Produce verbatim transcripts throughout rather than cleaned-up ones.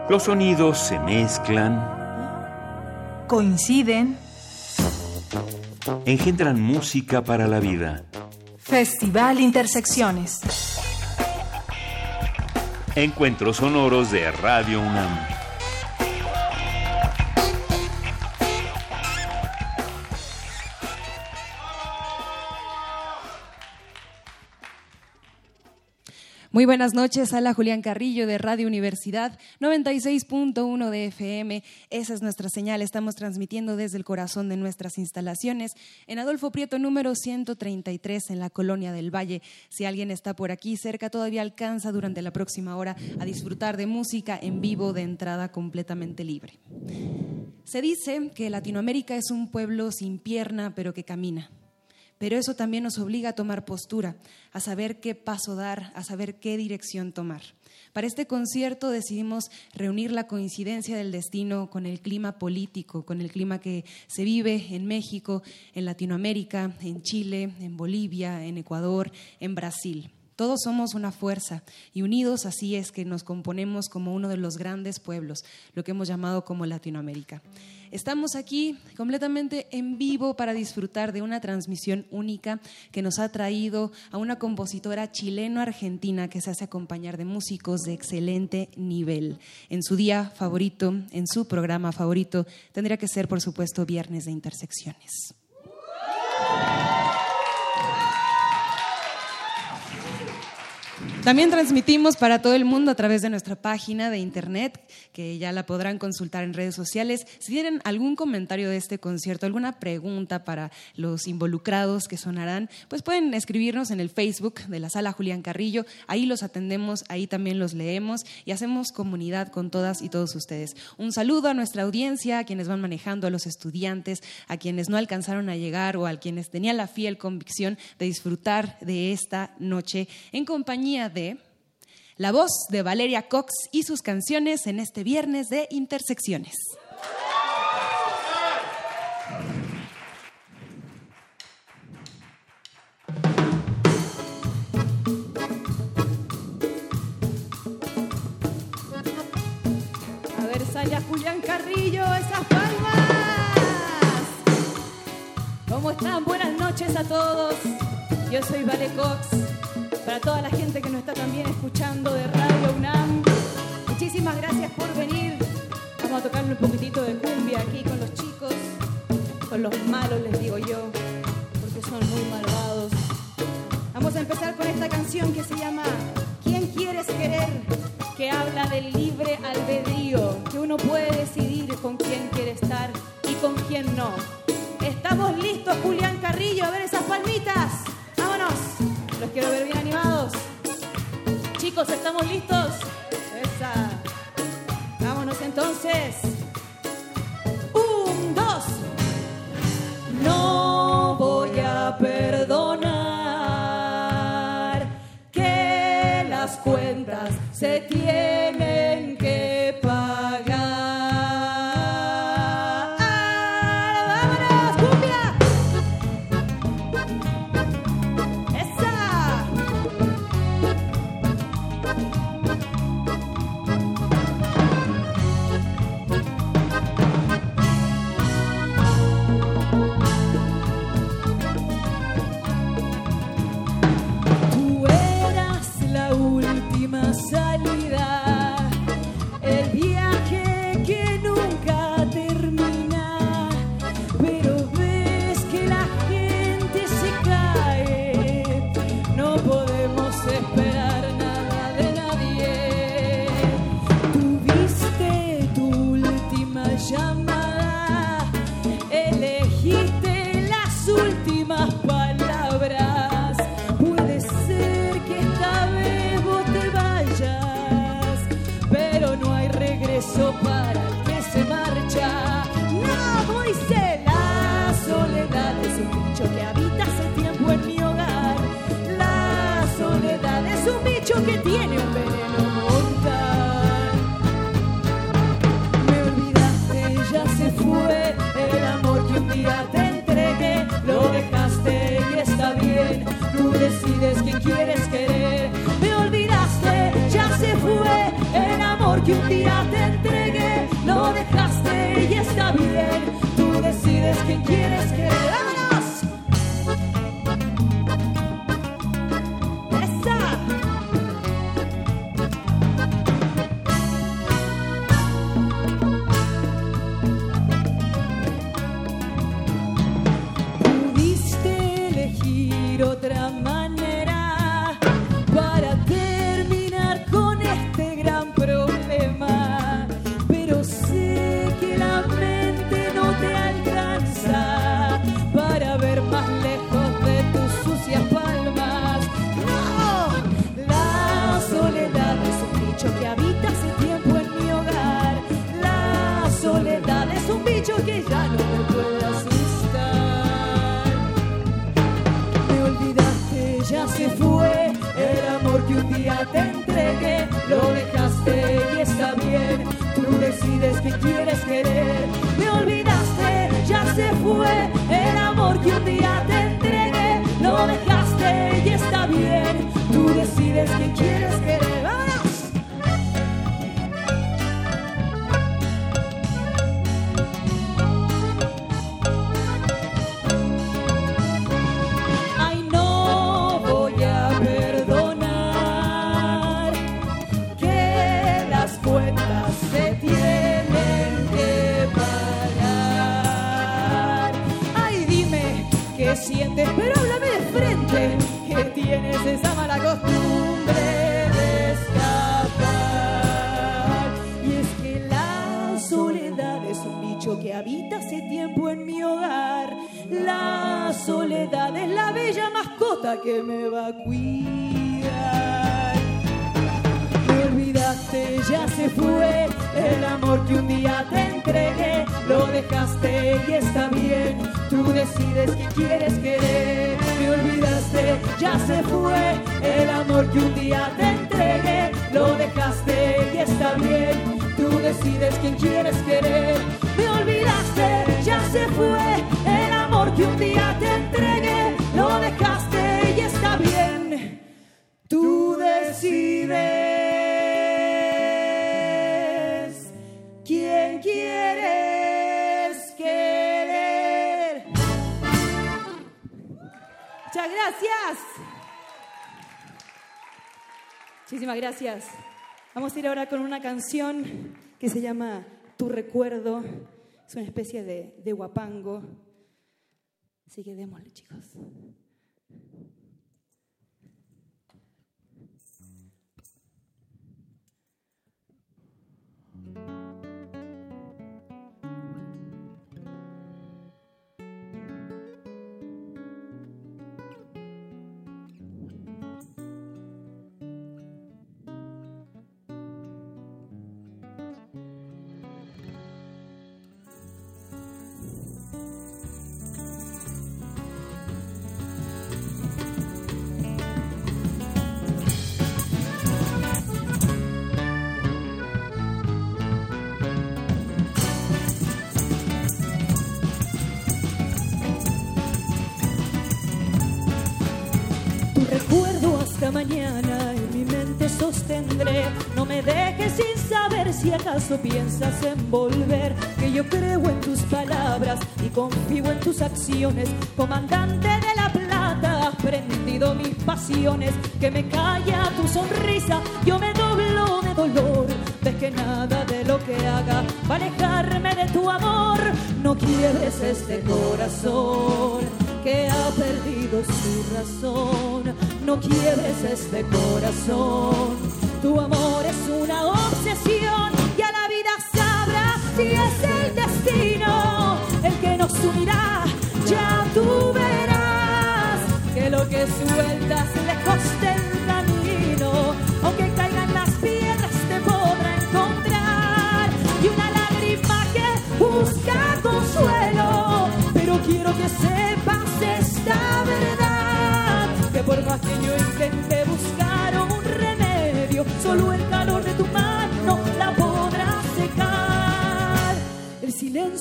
Los sonidos se mezclan, coinciden, engendran música para la vida. Festival Intersecciones. Encuentros sonoros de Radio UNAM. Muy buenas noches, a la Julián Carrillo de Radio Universidad noventa y seis punto uno de F M. Esa es nuestra señal. Estamos transmitiendo desde el corazón de nuestras instalaciones en Adolfo Prieto número ciento treinta y tres en la Colonia del Valle. Si alguien está por aquí cerca, todavía alcanza durante la próxima hora a disfrutar de música en vivo de entrada completamente libre. Se dice que Latinoamérica es un pueblo sin pierna pero que camina. Pero eso también nos obliga a tomar postura, a saber qué paso dar, a saber qué dirección tomar. Para este concierto decidimos reunir la coincidencia del destino con el clima político, con el clima que se vive en México, en Latinoamérica, en Chile, en Bolivia, en Ecuador, en Brasil. Todos somos una fuerza y unidos así es que nos componemos como uno de los grandes pueblos, lo que hemos llamado como Latinoamérica. Estamos aquí completamente en vivo para disfrutar de una transmisión única que nos ha traído a una compositora chileno-argentina que se hace acompañar de músicos de excelente nivel. En su día favorito, en su programa favorito, tendría que ser, por supuesto, Viernes de Intersecciones. También transmitimos para todo el mundo a través de nuestra página de internet, que ya la podrán consultar en redes sociales. Si tienen algún comentario de este concierto, alguna pregunta para los involucrados que sonarán, pues pueden escribirnos en el Facebook de la Sala Julián Carrillo. Ahí los atendemos, ahí también los leemos y hacemos comunidad con todas y todos ustedes. Un saludo a nuestra audiencia, a quienes van manejando, a los estudiantes, a quienes no alcanzaron a llegar o a quienes tenían la fiel convicción de disfrutar de esta noche en compañía de la voz de Valeria Cox y sus canciones en este Viernes de Intersecciones. A ver, sale a Julián Carrillo, esas palmas. ¿Cómo están? Buenas noches a todos. Yo soy Vale Cox. Para toda la gente que nos está también escuchando de Radio UNAM, muchísimas gracias por venir. Vamos a tocarle un poquitito de cumbia aquí con los chicos, con los malos les digo yo, porque son muy malvados. Vamos a empezar con esta canción que se llama ¿Quién quieres querer?, que habla del libre albedrío, que uno puede decidir con quién quiere estar y con quién no. ¿Estamos listos, Julián Carrillo? A ver esas palmitas. ¡Vámonos! Los quiero ver bien animados. Chicos, ¿estamos listos? Esa. Vámonos entonces. Un, dos. No voy a perdonar que las cuentas se tienen que pagar. Para el que se marcha, no, Moisés, la soledad es un bicho que habita hace tiempo en mi hogar. La soledad es un bicho que tiene un veneno mortal. Me olvidaste, ya se fue el amor que un día te entregué. Lo dejaste y está bien, tú decides quién quieres querer. Me olvidaste, ya se fue el amor que que un día te entregué, lo dejaste y está bien. Tú decides quién quieres querer. ¡Vámonos! ¡Esa! Pudiste elegir otra manera para terminar con este gran problema, pero sé que la mente no te alcanza para ver más lejos de tus sucias palmas. ¡No! La soledad es un bicho que habita hace tiempo en mi hogar. La soledad es un bicho que ya no me puede asustar. Me olvidaste, ya se fue el amor que un día te entregué, lo dejaste y está bien. Tú decides que quieres querer. Me olvidaste, ya se fue el amor que un día te entregué, lo dejaste y está bien. Tú decides que quieres querer. ¡Vámonos! Ay, no voy a perdonar que las cuentas se tienen que pagar. Ay, dime qué sientes, pero háblame de frente, que tienes esa mala costumbre de escapar. Y es que la soledad es un bicho que habita hace tiempo en mi hogar. La soledad es la bella mascota que me va a cuidar. Me olvidaste, ya se fue el amor que un día te entregué, lo dejaste y está bien. Tú decides que quieres querer. Me olvidaste, ya se fue el amor que un día te entregué, lo dejaste y está bien. Tú decides quién quieres querer. Me olvidaste, ya se fue el amor que un día te entregué, lo dejaste y está bien. Tú decides quién quieres querer. Muchas gracias. Muchísimas gracias. Vamos a ir ahora con una canción que se llama Tu Recuerdo. Es una especie de, de guapango. Así que démosle, chicos. Mañana en mi mente sostendré. No me dejes sin saber si acaso piensas en volver. Que yo creo en tus palabras y confío en tus acciones. Comandante de la plata, has prendido mis pasiones. Que me calla tu sonrisa, yo me doblo de dolor. Ves que nada de lo que haga va a alejarme de tu amor. No quiebres este corazón que ha perdido su razón. No quiebres este corazón. Tu amor es una obsesión. Ya la vida sabrá si es el destino el que nos unirá. Ya tú verás que lo que sueltas lejos del camino, aunque caigan las piedras, te podrá encontrar. Y una lágrima que busca consuelo. Pero quiero que sepas esta verdad, que por más que yo intenté buscar un remedio, solo el calor de tu mano la podrá secar. El silencio nos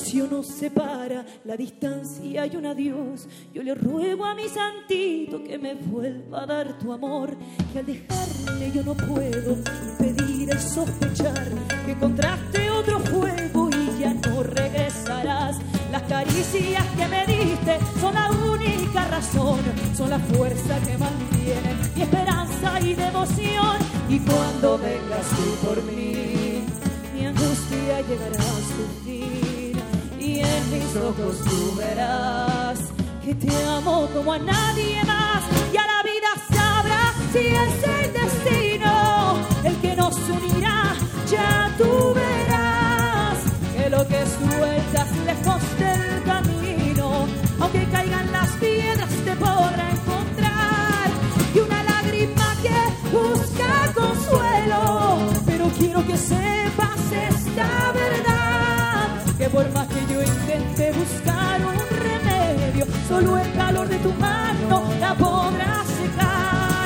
separa la distancia y un adiós. Yo le ruego a mi santito que me vuelva a dar tu amor, que al dejarle yo no puedo impedir el sospechar que encontraste otro fuego y ya no regresarás. Las caricias que me diste son la única razón, son la fuerza que mantiene mi esperanza y devoción. Y cuando vengas tú por mí, mi angustia llegará a su fin, y en mis ojos tú verás que te amo como a nadie más. Y a la vida sabrá si es el destino el que nos unirá. Ya tú verás que lo que sueltas lejos del camino, aunque caigan las piedras, te podrá encontrar. Y una lágrima que busca consuelo, pero quiero que sepas esta verdad, que por más que yo intente buscar un remedio, solo el calor de tu mano la podrá secar.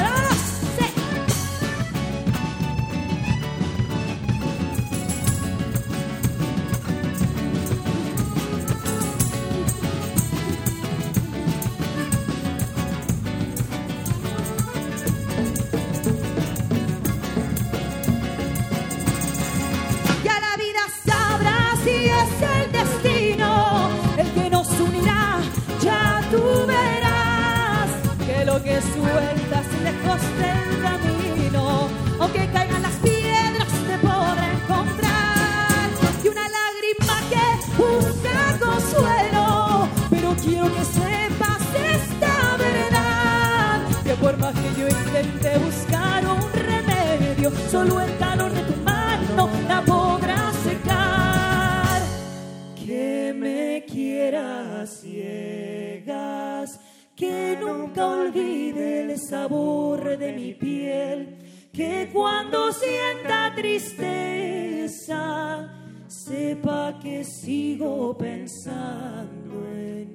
Que sueltas lejos del camino, aunque caigan las piedras, te podrá encontrar. Y una lágrima que busca consuelo, pero quiero que sepas esta verdad, que por más que yo intente buscar un remedio, solo el calor de tu mano la podrá secar. Que me quieras ciegas, que nunca olvide el sabor de mi piel, que cuando sienta tristeza sepa que sigo pensando en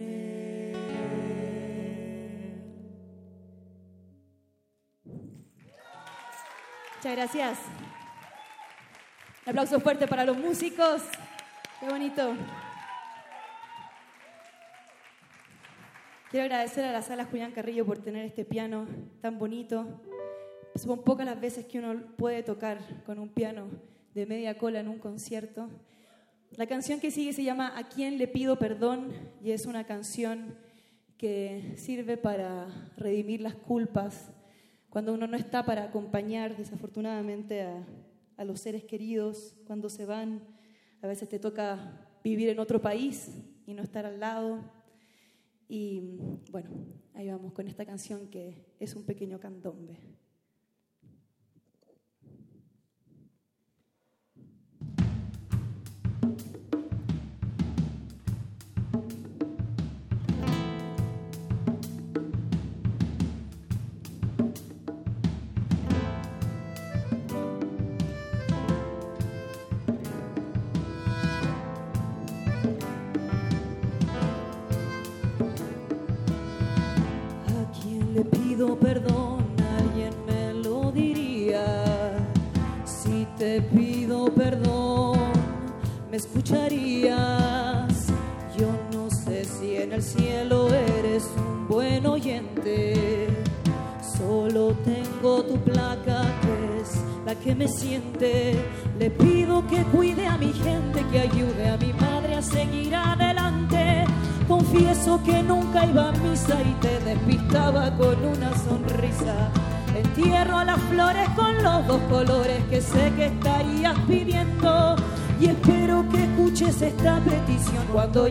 él. Muchas gracias. Un aplauso fuerte para los músicos. Qué bonito. Quiero agradecer a la Sala Julián Carrillo por tener este piano tan bonito. Son pocas las veces que uno puede tocar con un piano de media cola en un concierto. La canción que sigue se llama ¿A quién le pido perdón? Y es una canción que sirve para redimir las culpas cuando uno no está para acompañar desafortunadamente a, a los seres queridos cuando se van. A veces te toca vivir en otro país y no estar al lado. Y bueno, ahí vamos con esta canción que es un pequeño candombe. Le pido perdón, alguien me lo diría. Si te pido perdón, me escucharías. Yo no sé si en el cielo eres un buen oyente. Solo tengo tu placa, que es la que me siente. Le pido que cuide a mi gente, que ayude a mi madre a seguir adelante. Confieso que nunca iba a misa y te despistaba con una sonrisa. Entierro a las flores con los dos colores que sé que estarías pidiendo. Y espero que escuches esta petición cuando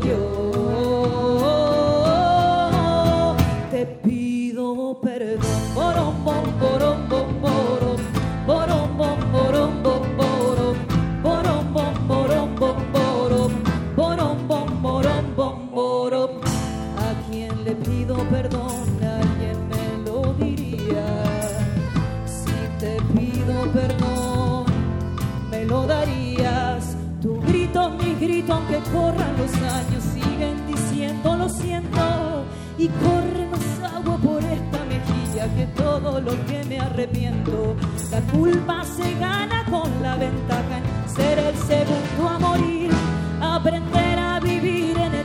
yo te pido perdón. Borom, bom, borom, bom, borom. Borom, bom, borom, bom, borom. Borom, bom, borom, bom, borom. Borom, bom, borom, bom, borom. ¿A quién le pido perdón? Alguien me lo diría. Si te pido perdón, me lo darías. Tu grito, mi grito, aunque corran los años, siguen diciendo lo siento. Y corre más agua por esta mejilla que todo lo que me arrepiento. La culpa se gana con la ventaja en ser el segundo a morir. Aprender a vivir en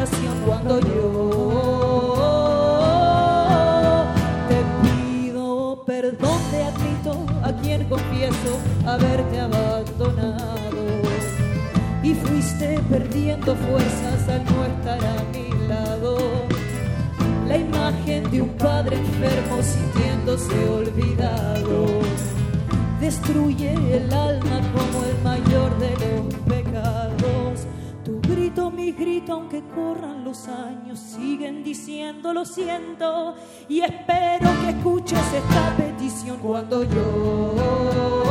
oración cuando yo te pido perdón, te admito a quien confieso haberte abandonado y fuiste perdiendo fuerzas al no estar a mi lado. La imagen de un padre enfermo sintiéndose olvidado destruye el alma como el mayor de los pecados. Tu grito, mi grito, aunque corran los años, siguen diciendo lo siento y espero que escuches esta petición cuando yo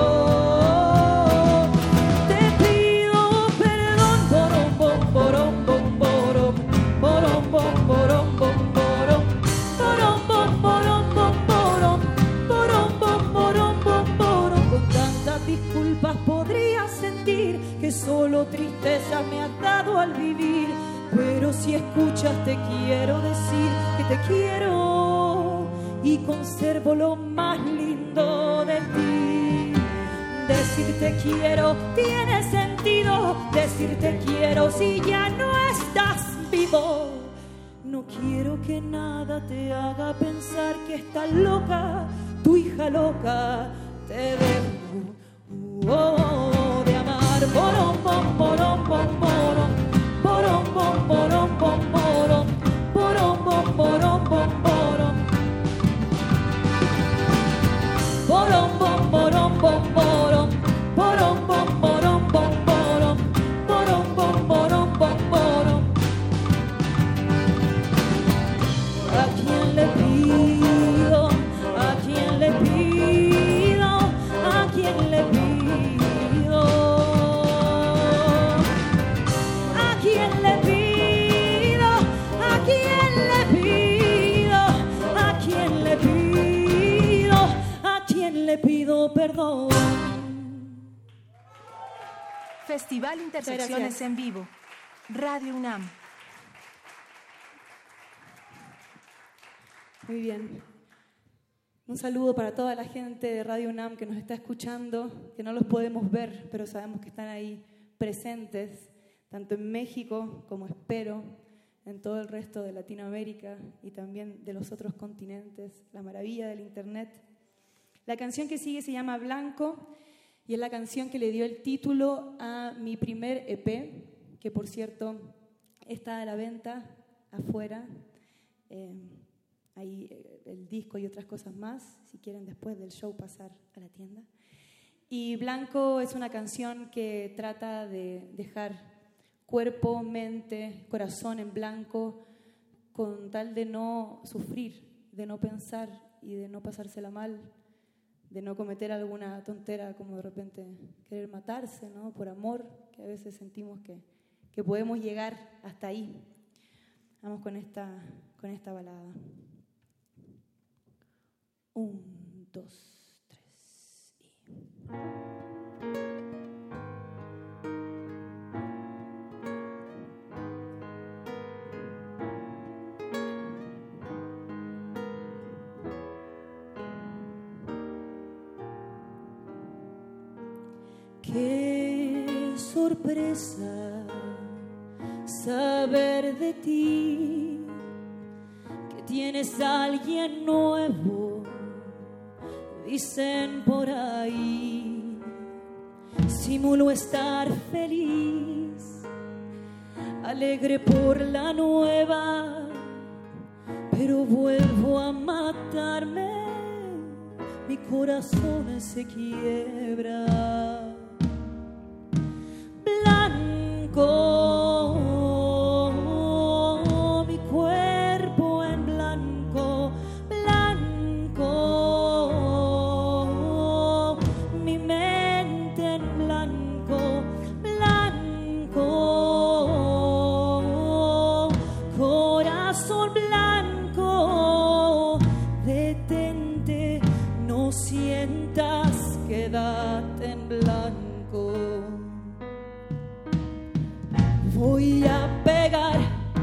te pido perdón. Borom, bom, borom, bom, borom, borom, bom, borom, bom, borom, borom, bom, borom, bom, borom, borom, bom, borom, bom, borom. Con tantas disculpas podría sentir que solo tristeza me has dado al vivir, pero si escuchas te quiero decir que te quiero y conservo lo más lindo de ti. Decirte quiero tiene sentido, decirte quiero si ya no estás vivo. No quiero que nada te haga pensar que estás loca, tu hija loca, te debo oh, de amar. Borom, bom, borom, bom, borom, borom, bom, borom, bom, borom, borom, bom, borom, bom, borom, borom, bom, borom, bom, borom, borom, bom, borom, bom, borom, borom, bom, borom, bom, borom. ¿A quién le pido? ¿A quién le pido? ¿A quién le pido? ¿A quién le pido? ¿A quién le pido? ¿A quién le pido? ¿A quién le pido perdón? Festival Intersecciones en vivo. Radio UNAM. Muy bien. Un saludo para toda la gente de Radio UNAM que nos está escuchando, que no los podemos ver, pero sabemos que están ahí presentes, tanto en México como espero en todo el resto de Latinoamérica y también de los otros continentes. La maravilla del Internet. La canción que sigue se llama Blanco y es la canción que le dio el título a mi primer E P, que por cierto está a la venta afuera. Eh, Ahí eh, el disco y otras cosas más, si quieren después del show pasar a la tienda. Y Blanco es una canción que trata de dejar cuerpo, mente, corazón en blanco, con tal de no sufrir, de no pensar y de no pasársela mal, de no cometer alguna tontera como de repente querer matarse, ¿no? Por amor, que a veces sentimos que, que podemos llegar hasta ahí. Vamos con esta, con esta balada. Un, dos, tres y... Qué sorpresa saber de ti, que tienes a alguien nuevo. Dicen por ahí, simulo estar feliz, alegre por la nueva, pero vuelvo a matarme, mi corazón se quiebra. Blanco, mi cuerpo en blanco, blanco, mi mente en blanco, blanco, corazón blanco, detente, no sientas, quédate en blanco. Voy a pegar,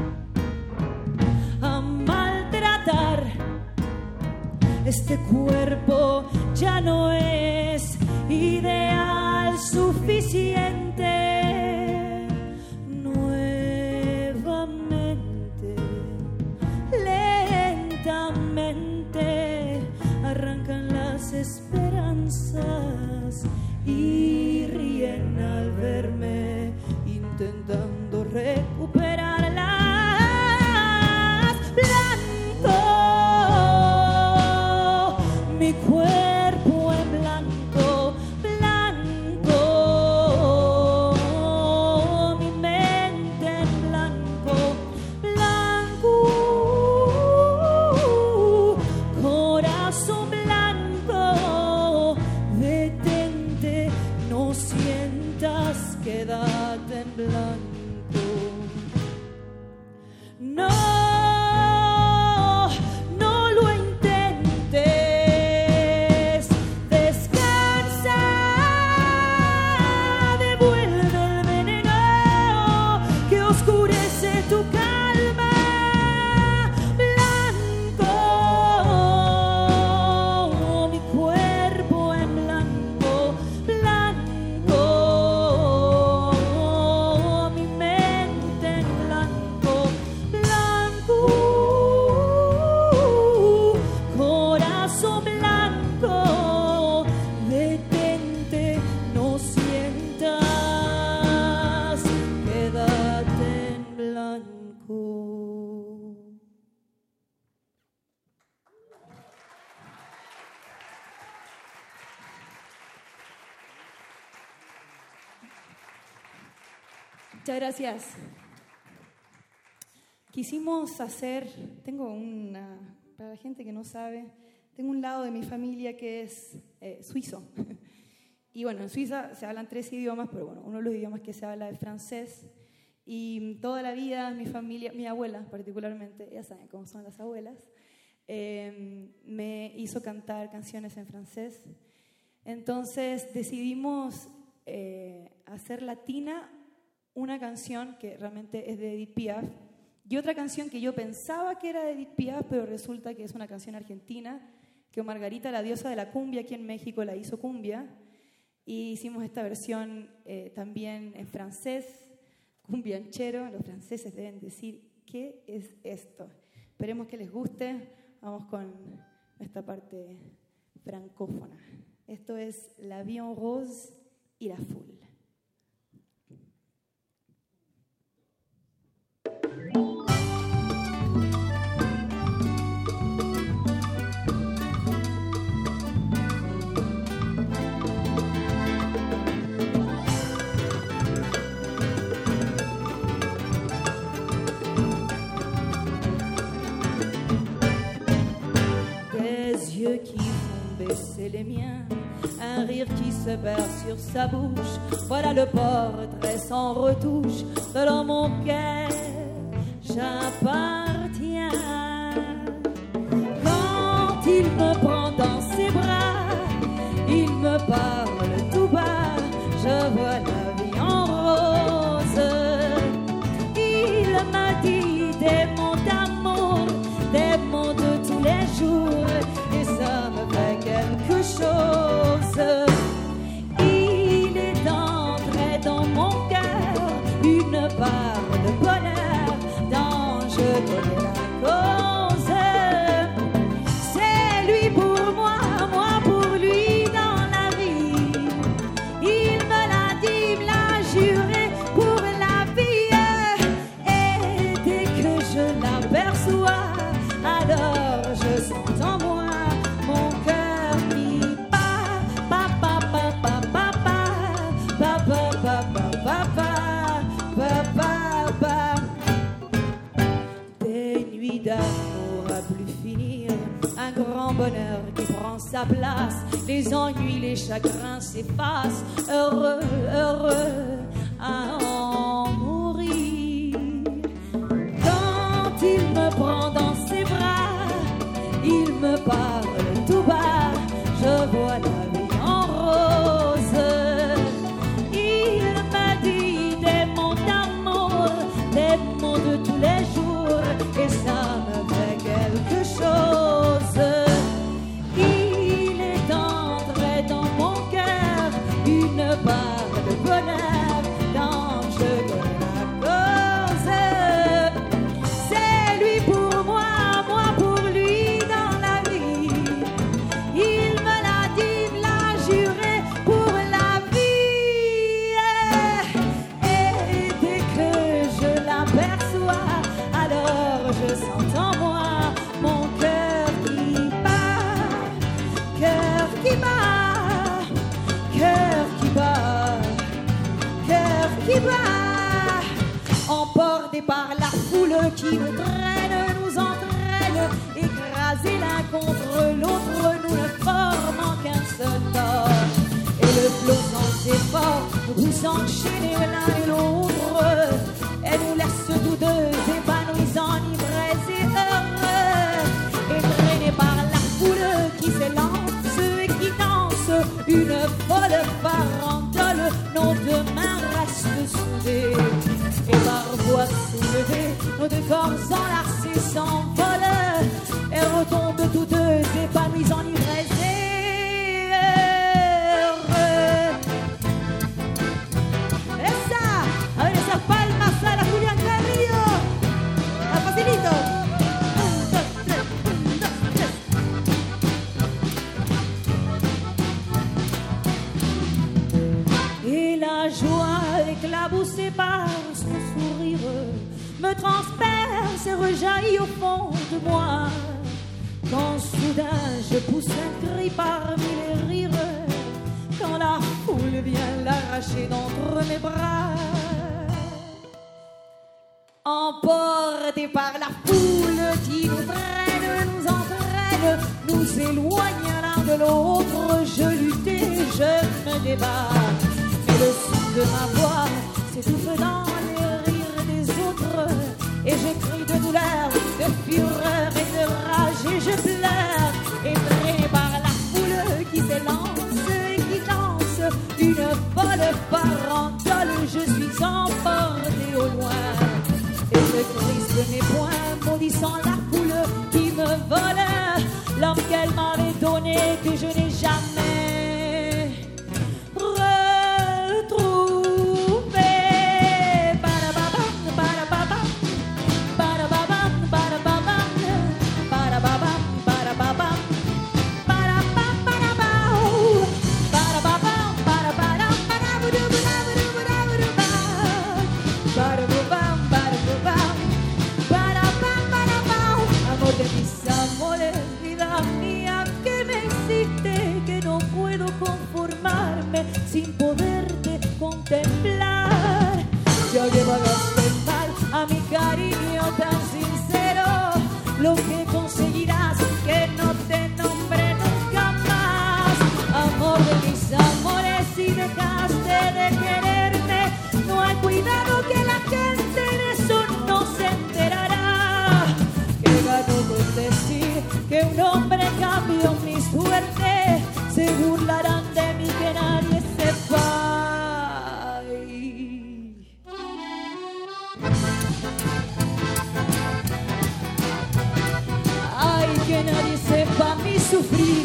a maltratar, este cuerpo ya no es ideal suficiente. Nuevamente las esperanzas y ríen al verme intentando recuperarlas. Blanco, mi cuerpo en blanco, blanco, mi mente en blanco, blanco, corazón blanco, detente, no sientas, quédate en blanco. No, no lo intentes, descansa, devuelve el veneno que oscurece tu calma. Blanco, mi cuerpo en blanco, blanco, mi mente en blanco, blanco, corazón blanco, detente, no sientas, quédate en blanco. Muchas gracias. Quisimos hacer, tengo una, para la gente que no sabe, tengo un lado de mi familia que es eh, suizo. Y bueno, en Suiza se hablan tres idiomas, pero bueno, uno de los idiomas que se habla es francés. Y toda la vida mi familia, mi abuela particularmente, ya saben cómo son las abuelas, eh, me hizo cantar canciones en francés. Entonces decidimos eh, hacer latina una canción que realmente es de Edith Piaf y otra canción que yo pensaba que era de Edith Piaf, pero resulta que es una canción argentina que Margarita, la diosa de la cumbia aquí en México, la hizo cumbia, y hicimos esta versión eh, también en francés, cumbianchero. Los franceses deben decir, ¿qué es esto? Esperemos que les guste. Vamos con esta parte francófona. Esto es La Vie en Rose y La Foule. Yeux qui font baisser les miens, un rire qui se perd sur sa bouche, voilà le portrait sans retouche de dans mon cœur j'appartiens. Quand il me prend dans ses bras, il me parle tout bas, je vois la vie en rose. Il m'a dit des mots d'amour, des mots de tous les jours, et ça me fait quelque chose. Il est entré dans mon cœur une part de bonheur dont je connais la cause. C'est lui pour moi, moi pour lui dans la vie. Il me l'a dit, me l'a juré pour la vie. Et dès que je l'aperçois, alors je sens en moi mon cœur qui bat, pa pa pa pa pa pa pa pa pa pa pa pa pa. Des nuits d'amour à plus finir, un grand bonheur qui prend sa place, les ennuis, les chagrins s'effacent, heureux, heureux à en mourir. Quand il me prend dans ses bras, il me parle tout bas, je vois la vie en rose. Il m'a dit des mots d'amour, des mots de tous les jours, et ça me fait quelque chose. Il est entré dans mon cœur une part de bonheur dont je connais la cause. C'est lui pour moi, moi pour lui dans la vie. Il Emportés par la foule qui nous traîne, nous entraîne, écrasés l'un contre l'autre, nous ne formons qu'un seul corps. Et le flot sans effort vous enchaînez l'un et l'autre, et nous laisse tous deux épanouis, enivrés et heureux, et traînés par la foule qui s'élance et qui danse une folle farandole. Nos deux mains restent soudées, et par voix soulevée, nos deux corps enlacés s'envolent et retombent tous deux épanouis, enivrés et heureux. Esa, a ver esas palmas a la Julián Carrillo. A facilito. Un, dos, tres, un, dos, tres. Et la joie éclaboussée par son sourire me transperce et rejaillit au fond de moi. Quand soudain je pousse un cri parmi les rires, quand la foule vient l'arracher d'entre mes bras. Emportés par la foule qui nous traîne, nous entraîne, nous éloigne l'un de l'autre. Je lutte et je me débat, mais le son de ma voix s'étouffe dans les rires des autres, et je crie de douleur, de fureur et de rage, et je pleure, effrayé par la foule qui s'élance et qui danse une folle farandole. Je suis emporté au loin, et je crie de mes poings, maudissant la foule qui me vole l'homme qu'elle m'avait donné, que je n'ai jamais retrouvé. Sin poderte contemplar, yo llevo a gastar mal a mi cariño tan sincero. Lo que conseguirás que no te nombre nunca más. Amor de mis amores, si dejaste de quererme, no hay cuidado que la gente de eso no se enterará. Que gano con decir que un hombre cambió mi suerte, se burlarán de mí que nadie sepa. Ay, que nadie sepa mi sufrir.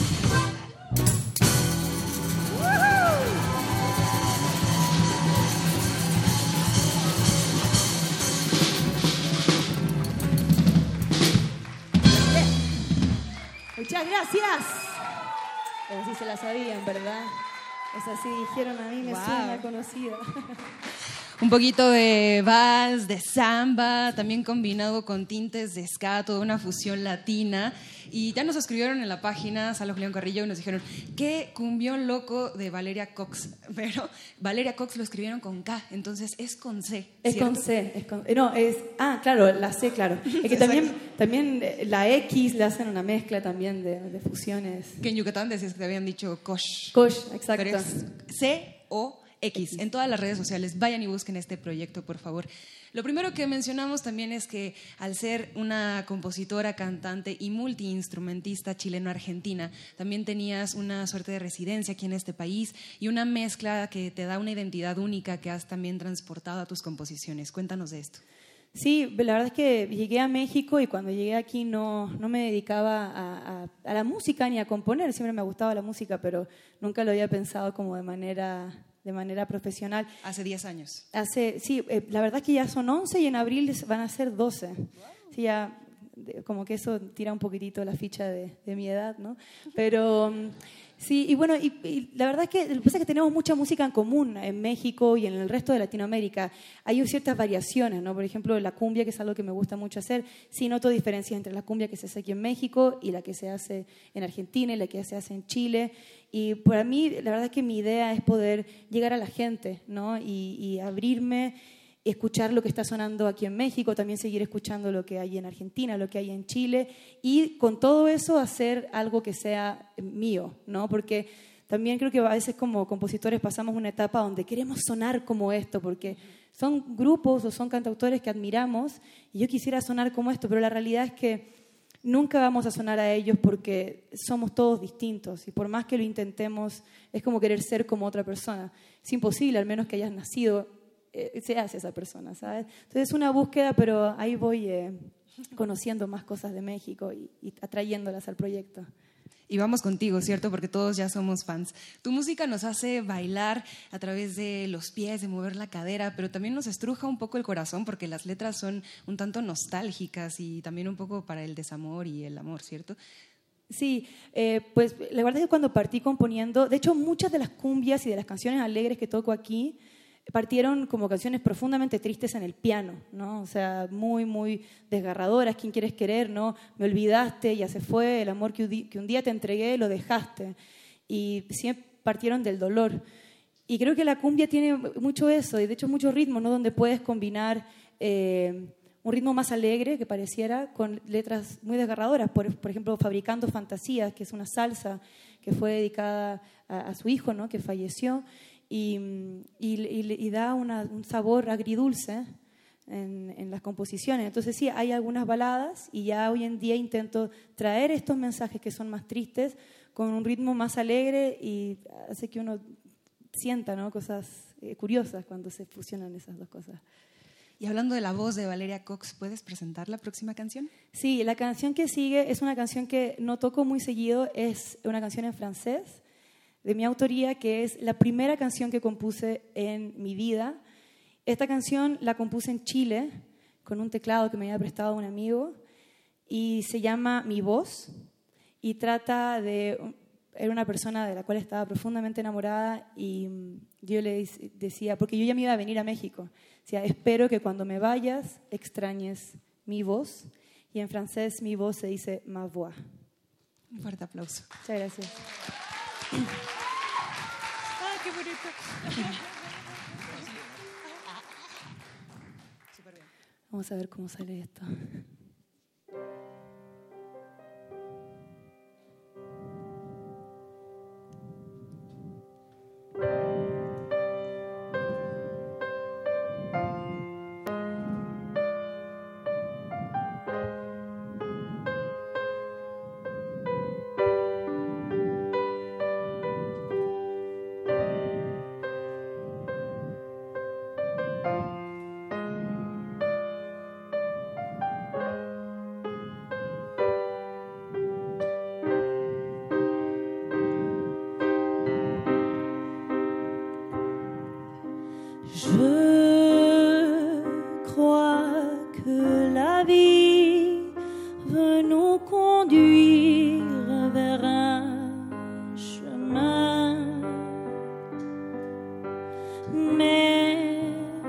Muchas gracias. Pero sí se la sabían, ¿verdad? Esa sí dijeron, a mí me Wow. suena conocida. Un poquito de vals, de samba, también combinado con tintes de ska, toda una fusión latina. Y ya nos escribieron en la página Sala Julián Carrillo y nos dijeron, qué cumbión loco de Valeria Cox. Pero Valeria Cox lo escribieron con K, entonces es con C, Es ¿cierto? con C. Es con, no, es... Ah, claro, la C, claro. Es que también, también la X le hacen una mezcla también de, de fusiones. Que en Yucatán decías que te habían dicho Kosh. Kosh, exacto. Pero es C O X. En todas las redes sociales, vayan y busquen este proyecto, por favor. Lo primero que mencionamos también es que al ser una compositora, cantante y multiinstrumentista chileno-argentina, también tenías una suerte de residencia aquí en este país y una mezcla que te da una identidad única que has también transportado a tus composiciones. Cuéntanos de esto. Sí, la verdad es que llegué a México y cuando llegué aquí no, no me dedicaba a, a, a la música ni a componer. Siempre me gustaba la música, pero nunca lo había pensado como de manera... de manera profesional. Hace diez años. Hace, sí, eh, la verdad es que ya son once y en abril van a ser doce. Wow. Sí, ya de, como que eso tira un poquitito la ficha de, de mi edad, ¿no? Pero sí, y bueno, y, y la verdad es que lo que pasa es que tenemos mucha música en común en México y en el resto de Latinoamérica. Hay ciertas variaciones, ¿no? Por ejemplo, la cumbia, que es algo que me gusta mucho hacer. Sí noto diferencias entre la cumbia que se hace aquí en México y la que se hace en Argentina y la que se hace en Chile. Y para mí, la verdad es que mi idea es poder llegar a la gente, ¿no? Y, y abrirme escuchar lo que está sonando aquí en México, también seguir escuchando lo que hay en Argentina, lo que hay en Chile, y con todo eso hacer algo que sea mío, ¿no? Porque también creo que a veces como compositores pasamos una etapa donde queremos sonar como esto, porque son grupos o son cantautores que admiramos, y yo quisiera sonar como esto, pero la realidad es que nunca vamos a sonar a ellos porque somos todos distintos, y por más que lo intentemos, es como querer ser como otra persona. Es imposible, al menos que hayas nacido, eh, seas esa persona, ¿sabes? Entonces es una búsqueda, pero ahí voy eh, conociendo más cosas de México y, y atrayéndolas al proyecto. Y vamos contigo, ¿cierto? Porque todos ya somos fans. Tu música nos hace bailar a través de los pies, de mover la cadera, pero también nos estruja un poco el corazón porque las letras son un tanto nostálgicas y también un poco para el desamor y el amor, ¿cierto? Sí, eh, pues la verdad es que cuando partí componiendo, de hecho muchas de las cumbias y de las canciones alegres que toco aquí partieron como canciones profundamente tristes en el piano, ¿no? O sea, muy, muy desgarradoras. ¿Quién quieres querer, no? Me olvidaste, ya se fue, el amor que un día, que un día te entregué, lo dejaste. Y siempre partieron del dolor. Y creo que la cumbia tiene mucho eso, y de hecho mucho ritmo, ¿no? Donde puedes combinar eh, un ritmo más alegre, que pareciera, con letras muy desgarradoras. Por, por ejemplo, Fabricando Fantasías, que es una salsa que fue dedicada a, a su hijo, ¿no? Que falleció. Y, y, y, y da una, un sabor agridulce en, en las composiciones. Entonces sí, hay algunas baladas y ya hoy en día intento traer estos mensajes que son más tristes con un ritmo más alegre y hace que uno sienta, ¿no? Cosas eh, curiosas cuando se fusionan esas dos cosas. Y hablando de la voz de Valeria Cox, ¿puedes presentar la próxima canción? Sí, la canción que sigue es una canción que no toco muy seguido, es una canción en francés de mi autoría, que es la primera canción que compuse en mi vida. Esta canción la compuse en Chile con un teclado que me había prestado un amigo y se llama Mi Voz y trata de... Era una persona de la cual estaba profundamente enamorada y yo le decía, porque yo ya me iba a venir a México, decía, espero que cuando me vayas extrañes mi voz, y en francés mi voz se dice ma voix. Un fuerte aplauso. Muchas gracias. ¡Ay, qué bonito! Vamos a ver cómo sale esto. Je crois que la vie veut nous conduire vers un chemin, mais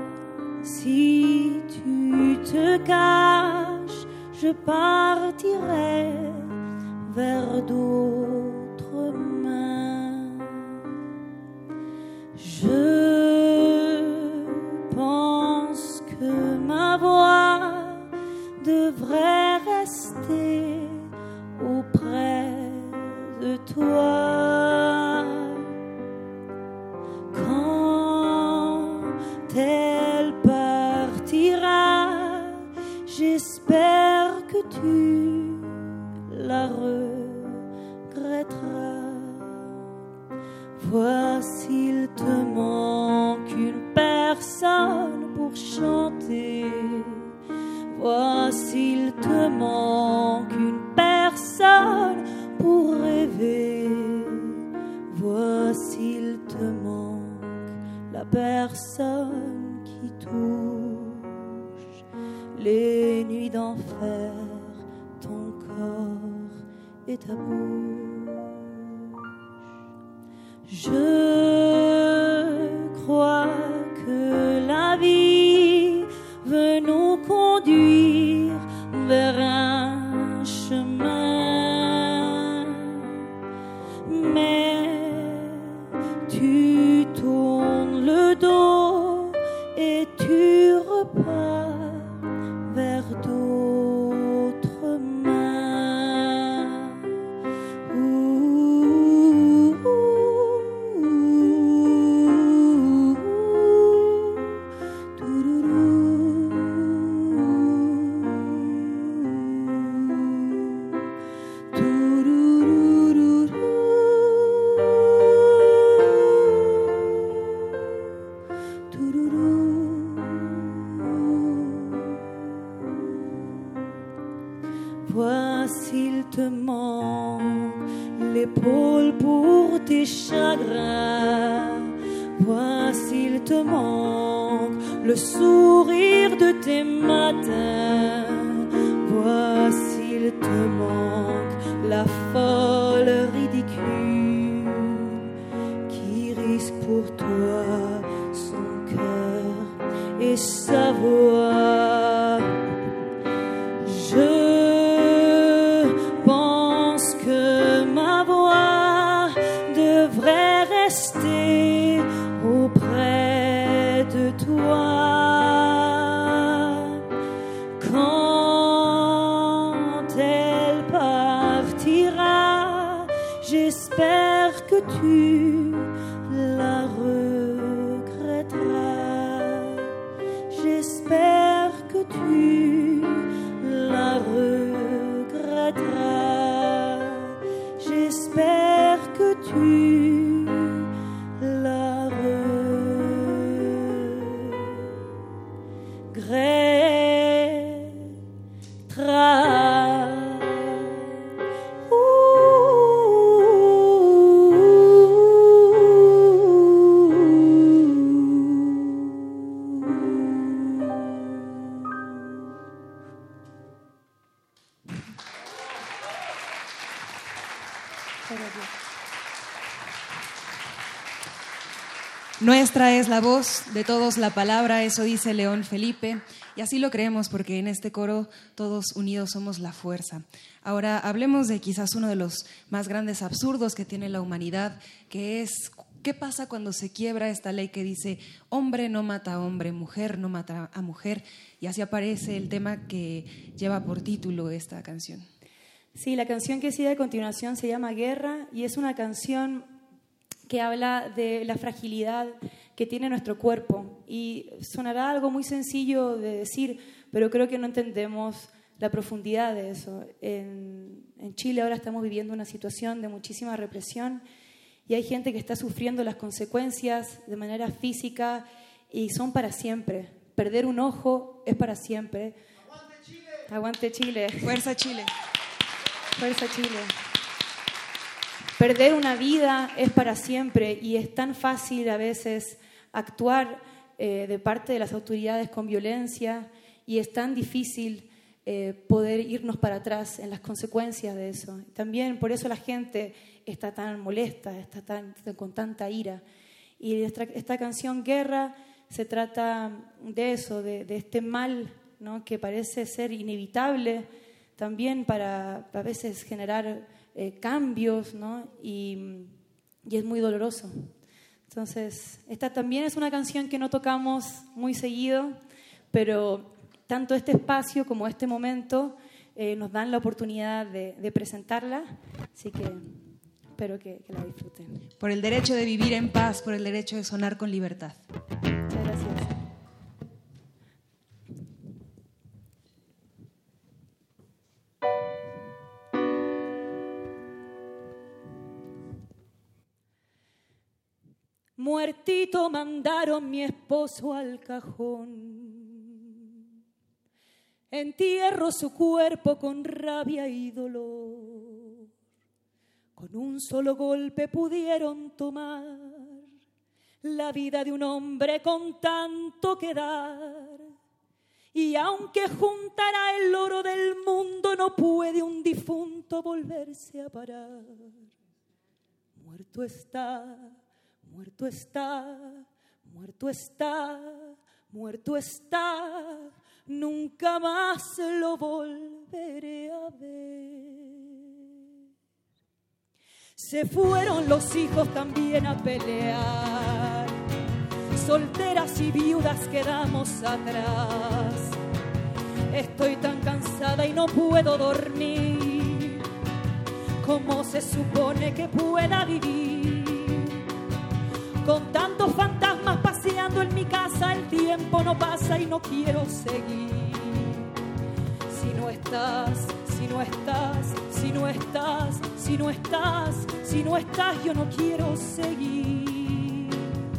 si tu te caches, je partirai vers d'autres mains. Je devrait rester auprès de toi. Quand elle partira, j'espère que tu la regretteras. Vois s'il te manque une personne pour chanter. Vois s'il te manque une personne pour rêver. Vois s'il te manque la personne qui touche les nuits d'enfer, ton corps et ta bouche. Je crois que la vie veut nous conduire vers un chemin, mais tu tournes le dos et tu tes chagrins. Vois s'il te manque le sourire de tes matins. Vois s'il te manque la folle ridicule qui risque pour toi son cœur et sa voix. Je pense que ma voix devrait rester auprès de toi. Quand elle partira, j'espère que tu la regretteras. J'espère que tu la regretteras. J'espère que tu la regretteras. Nuestra es la voz, de todos la palabra, eso dice León Felipe, y así lo creemos porque en este coro todos unidos somos la fuerza. Ahora hablemos de quizás uno de los más grandes absurdos que tiene la humanidad, que es ¿qué pasa cuando se quiebra esta ley que dice hombre no mata a hombre, mujer no mata a mujer? Y así aparece el tema que lleva por título esta canción. Sí, la canción que sigue a continuación se llama Guerra y es una canción que habla de la fragilidad que tiene nuestro cuerpo. Y sonará algo muy sencillo de decir, pero creo que no entendemos la profundidad de eso. En, en Chile ahora estamos viviendo una situación de muchísima represión y hay gente que está sufriendo las consecuencias de manera física y son para siempre. Perder un ojo es para siempre. ¡Aguante Chile! ¡Aguante Chile! ¡Fuerza Chile! ¡Fuerza Chile! Perder una vida es para siempre y es tan fácil a veces actuar eh, de parte de las autoridades con violencia y es tan difícil eh, poder irnos para atrás en las consecuencias de eso. También por eso la gente está tan molesta, está tan, con tanta ira. Y esta, esta canción Guerra se trata de eso, de, de este mal, ¿no?, que parece ser inevitable también para a veces generar Eh, cambios, ¿no? y, y es muy doloroso. Entonces, esta también es una canción que no tocamos muy seguido, pero tanto este espacio como este momento eh, nos dan la oportunidad de, de presentarla, así que espero que, que la disfruten. Por el derecho de vivir en paz, por el derecho de sonar con libertad. Muchas gracias. Muertito mandaron mi esposo al cajón. Entierro su cuerpo con rabia y dolor. Con un solo golpe pudieron tomar la vida de un hombre con tanto que dar. Y aunque juntara el oro del mundo, no puede un difunto volverse a parar. Muerto está. Muerto está, muerto está, muerto está, nunca más lo volveré a ver. Se fueron los hijos también a pelear, solteras y viudas quedamos atrás. Estoy tan cansada y no puedo dormir, ¿cómo se supone que pueda vivir? Con tantos fantasmas paseando en mi casa, el tiempo no pasa y no quiero seguir. Si no estás, si no estás, si no estás, si no estás, si no estás, yo no quiero seguir.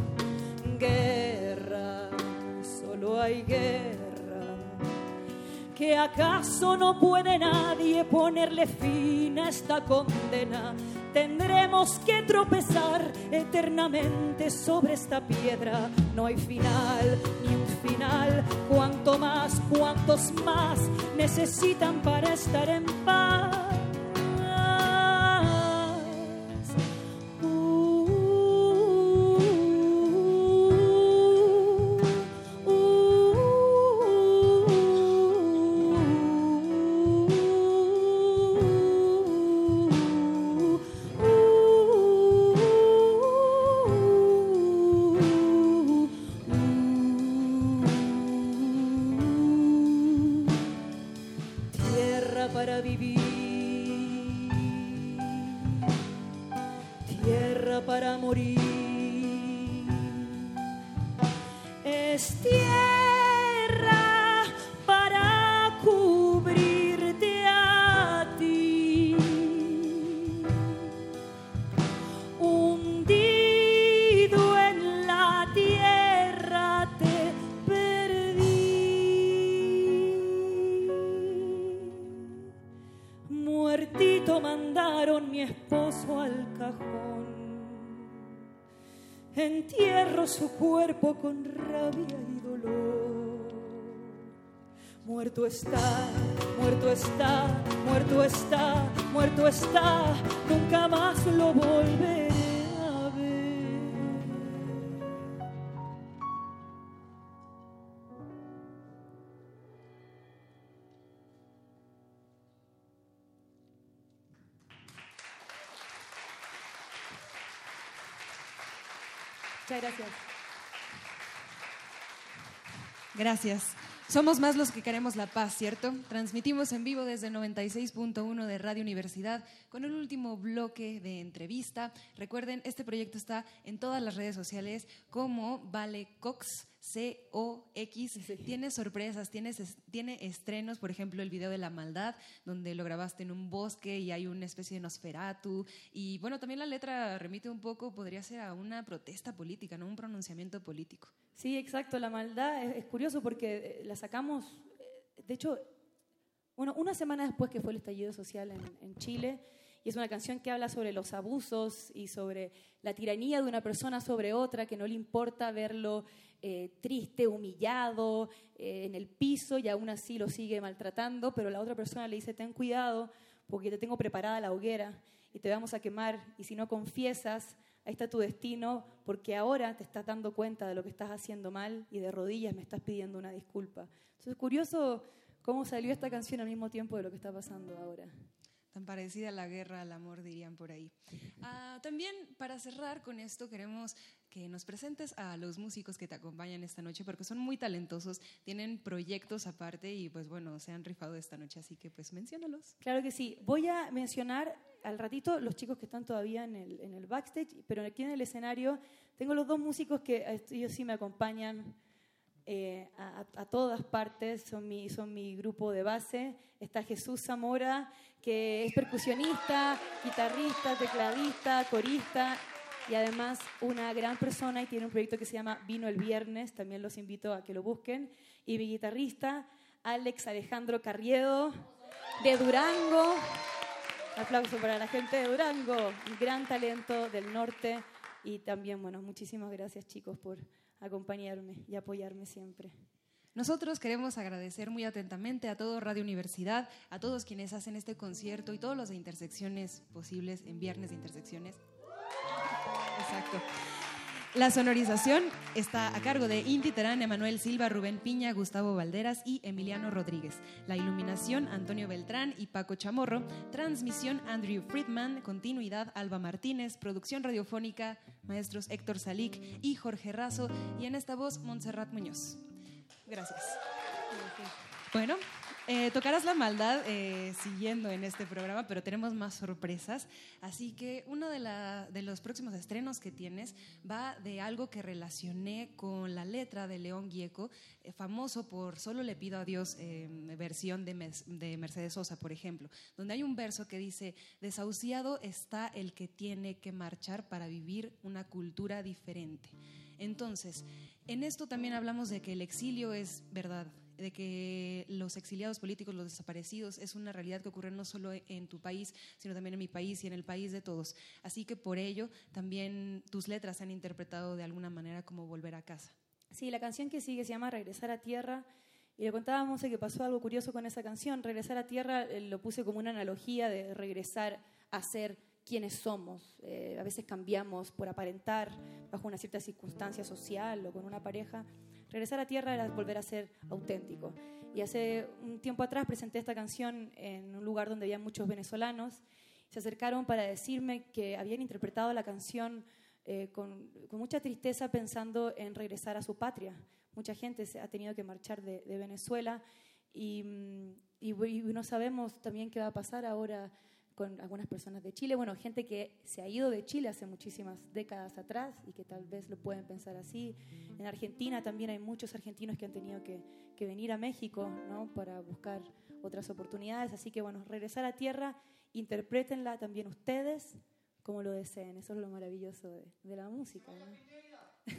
Guerra, solo hay guerra. ¿Que acaso no puede nadie ponerle fin a esta condena? Tendremos que tropezar eternamente sobre esta piedra. No hay final, ni un final. Cuanto más, cuantos más necesitan para estar en paz. Entierro su cuerpo con rabia y dolor. Muerto está, muerto está, muerto está, muerto está. Nunca más lo volveré a ver. Muchas gracias. Gracias. Somos más los que queremos la paz, ¿cierto? Transmitimos en vivo desde noventa y seis punto uno de Radio Universidad con el último bloque de entrevista. Recuerden, este proyecto está en todas las redes sociales como Vale Cox, C O X. Sí. Tiene sorpresas, tiene, tiene estrenos, por ejemplo, el video de La Maldad, donde lo grabaste en un bosque y hay una especie de Nosferatu. Y bueno, también la letra remite un poco, podría ser a una protesta política, ¿no? Un pronunciamiento político. Sí, exacto. La Maldad es, es curioso porque la sacamos, de hecho, bueno, una semana después que fue el estallido social en, en Chile, y es una canción que habla sobre los abusos y sobre la tiranía de una persona sobre otra, que no le importa verlo eh, triste, humillado, eh, en el piso, y aún así lo sigue maltratando, pero la otra persona le dice: ten cuidado porque te tengo preparada la hoguera y te vamos a quemar, y si no confiesas, ahí está tu destino, porque ahora te estás dando cuenta de lo que estás haciendo mal y de rodillas me estás pidiendo una disculpa. Entonces es curioso cómo salió esta canción al mismo tiempo de lo que está pasando ahora. Tan parecida a la guerra al amor, dirían por ahí. Uh, también, para cerrar con esto, queremos que nos presentes a los músicos que te acompañan esta noche, porque son muy talentosos, tienen proyectos aparte y pues bueno, se han rifado esta noche, así que pues menciónalos. Claro que sí. Voy a mencionar al ratito los chicos que están todavía en el, en el backstage, pero aquí en el escenario tengo los dos músicos que ellos sí me acompañan eh, a, a todas partes, son mi, son mi grupo de base. Está Jesús Zamora, que es percusionista, guitarrista, tecladista, corista y además una gran persona y tiene un proyecto que se llama Vino el Viernes, también los invito a que lo busquen. Y mi guitarrista, Alex Alejandro Carriedo, de Durango. Un aplauso para la gente de Durango, un gran talento del norte. Y también, bueno, muchísimas gracias, chicos, por acompañarme y apoyarme siempre. Nosotros queremos agradecer muy atentamente a todo Radio Universidad, a todos quienes hacen este concierto y todos los de intersecciones posibles en Viernes de Intersecciones. Exacto. La sonorización está a cargo de Inti Terán, Emanuel Silva, Rubén Piña, Gustavo Valderas y Emiliano Rodríguez. La iluminación, Antonio Beltrán y Paco Chamorro. Transmisión, Andrew Friedman. Continuidad, Alba Martínez. Producción radiofónica, maestros Héctor Salic y Jorge Razo. Y en esta voz, Montserrat Muñoz. Gracias. Bueno, eh, tocarás La Maldad eh, siguiendo en este programa, pero tenemos más sorpresas. Así que uno de, la, de los próximos estrenos que tienes va de algo que relacioné con la letra de León Gieco, eh, famoso por Solo le pido a Dios, eh, versión de, Mes, de Mercedes Sosa, por ejemplo, donde hay un verso que dice: desahuciado está el que tiene que marchar para vivir una cultura diferente. Entonces, en esto también hablamos de que el exilio es verdad, de que los exiliados políticos, los desaparecidos, es una realidad que ocurre no solo en tu país, sino también en mi país y en el país de todos. Así que por ello también tus letras se han interpretado de alguna manera como volver a casa. Sí, la canción que sigue se llama Regresar a Tierra. Y le contábamos que pasó algo curioso con esa canción. Regresar a Tierra eh, lo puse como una analogía de regresar a ser quienes somos. Eh, a veces cambiamos por aparentar bajo una cierta circunstancia social o con una pareja. Regresar a Tierra era volver a ser auténtico. Y hace un tiempo atrás presenté esta canción en un lugar donde había muchos venezolanos. Se acercaron para decirme que habían interpretado la canción eh, con, con mucha tristeza, pensando en regresar a su patria. Mucha gente se ha tenido que marchar de, de Venezuela y, y, y no sabemos también qué va a pasar ahora con algunas personas de Chile. Bueno, gente que se ha ido de Chile hace muchísimas décadas atrás y que tal vez lo pueden pensar así. En Argentina también hay muchos argentinos que han tenido que, que venir a México, ¿no?, para buscar otras oportunidades. Así que, bueno, regresar a tierra, interprétenla también ustedes como lo deseen. Eso es lo maravilloso de, de la música, ¿no?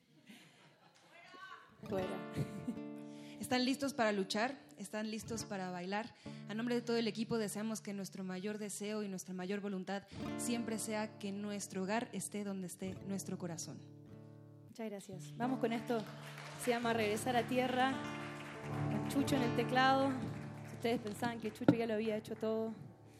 Fuera. ¿Están listos para luchar? ¿Están listos para bailar? A nombre de todo el equipo deseamos que nuestro mayor deseo y nuestra mayor voluntad siempre sea que nuestro hogar esté donde esté nuestro corazón. Muchas gracias. Vamos con esto. Se llama Regresar a Tierra, con Chucho en el teclado. Si ustedes pensaban que Chucho ya lo había hecho todo.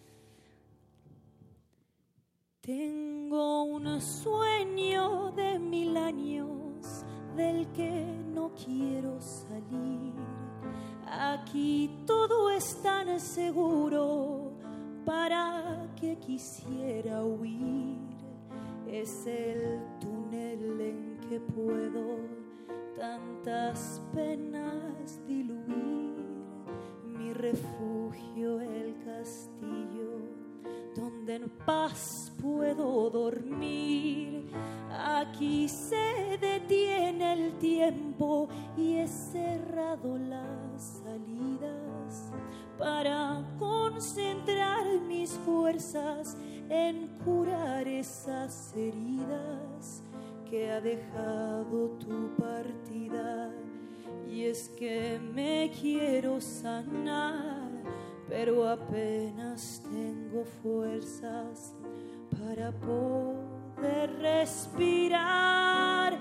Tengo un sueño de mil años del que no quiero salir. Aquí todo es tan seguro, ¿para qué quisiera huir? Es el túnel en que puedo tantas penas diluir. Mi refugio, el castillo donde en paz puedo dormir. Aquí se detiene el tiempo y he cerrado las salidas para concentrar mis fuerzas en curar esas heridas que ha dejado tu partida. Y es que me quiero sanar, pero apenas tengo fuerzas para poder respirar.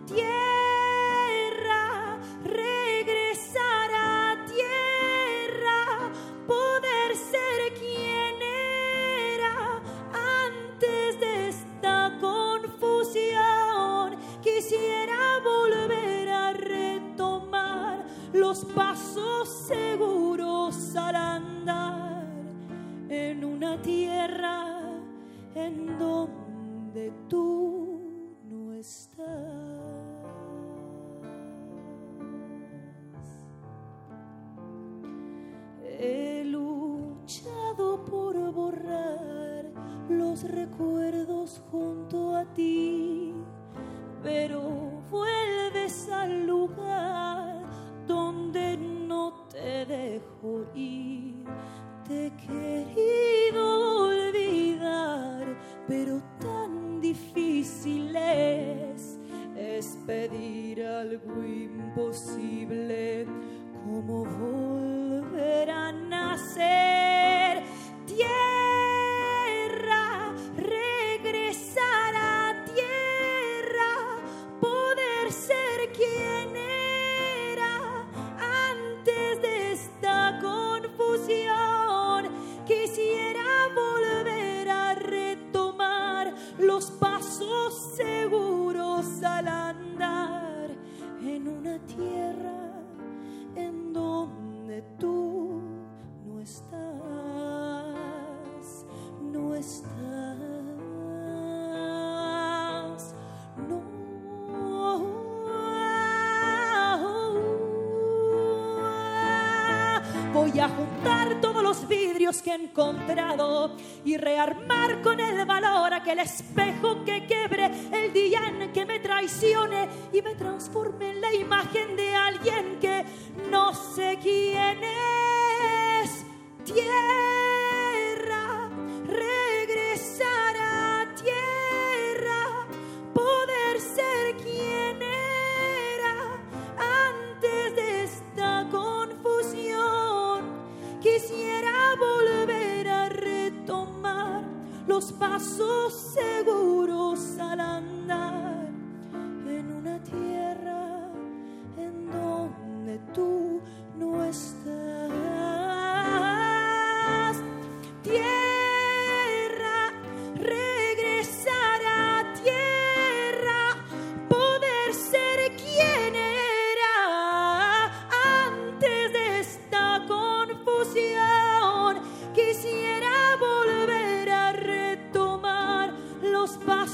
Tierra, regresar a tierra, poder ser quien era antes de esta confusión. Quisiera volver a retomar los pasos seguros al andar en una tierra en donde tú no estás. He luchado por borrar los recuerdos junto a ti, pero vuelves al lugar donde no te dejo ir. Te he querido olvidar, pero tan difícil es, es pedir algo imposible como volver a nacer. Tierra, regresar a tierra, poder ser quien era antes de esta confusión. Quisiera volver a retomar los pasos seguros al andar en una tierra en donde tú no estás, no estás, no. Voy a juntar todos los vidrios que he encontrado y rearmar con el valor aquel espejo que quebre el día en que me traicione y me transforme en la imagen de alguien que no sé quién es. Tierra, regresar a tierra, poder ser quien era antes de esta cosa.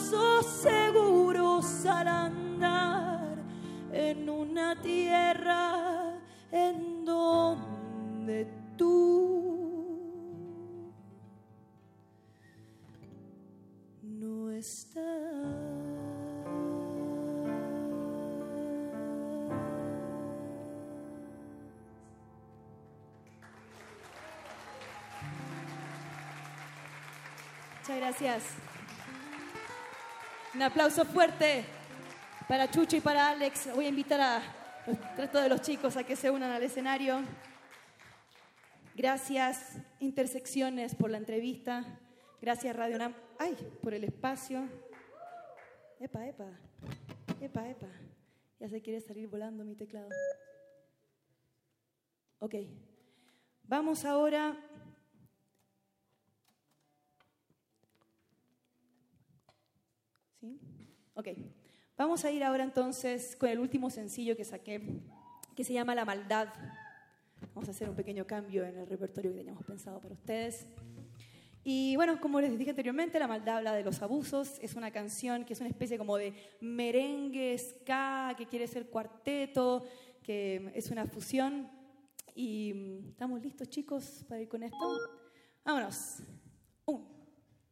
pasos seguros al andar en una tierra en donde tú no estás. Muchas gracias. Un aplauso fuerte para Chucho y para Alex. Voy a invitar a los resto de los chicos a que se unan al escenario. Gracias, Intersecciones, por la entrevista. Gracias, Radio UNAM. Ay, por el espacio. Epa, epa. Epa, epa. Ya se quiere salir volando mi teclado. Ok. Vamos ahora... ¿Sí? Ok. Vamos a ir ahora entonces con el último sencillo que saqué, que se llama La Maldad. Vamos a hacer un pequeño cambio en el repertorio que teníamos pensado para ustedes. Y bueno, como les dije anteriormente, La Maldad habla de los abusos. Es una canción que es una especie como de merengue, ska, que quiere ser cuarteto, que es una fusión. Y ¿estamos listos, chicos, para ir con esto? Vámonos. Un.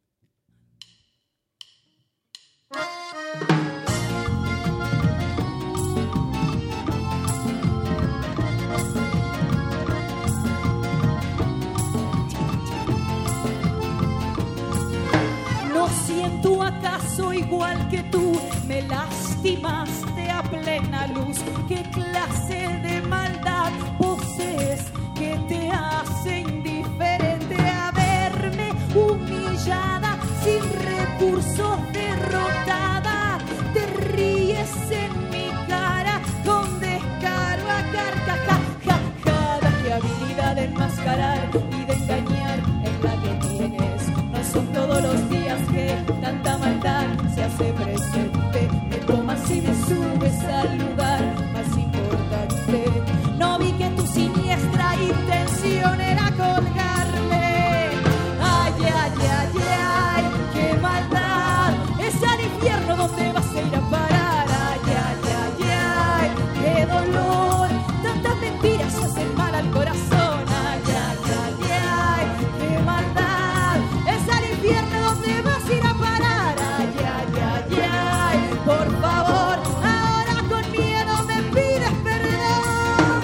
¿No siento acaso igual que tú? Me lastimaste a plena luz. ¿Qué clase de maldad posees que te hace indiferente a verme humillada, sin recursos, derrotada? Te ríes en mi cara con descaro a carcajada. Qué habilidad de enmascarar y de engañar es la que tienes. No son todos los días que tanta maldad se hace presente. Me tomas y me subes al lugar más importante. No vi que tu siniestra intención era colgarme. Ay, ay, ay, ay, qué maldad. Es al infierno donde vas a ir a parar. Ay, ay, ay, ay, qué dolor. Tantas mentiras hacen mal al corazón. Ay, ay, ay, ay, qué maldad. Es al infierno donde vas a ir a parar. Ay, ay, ay, ay, por favor, ahora con miedo me pides perdón.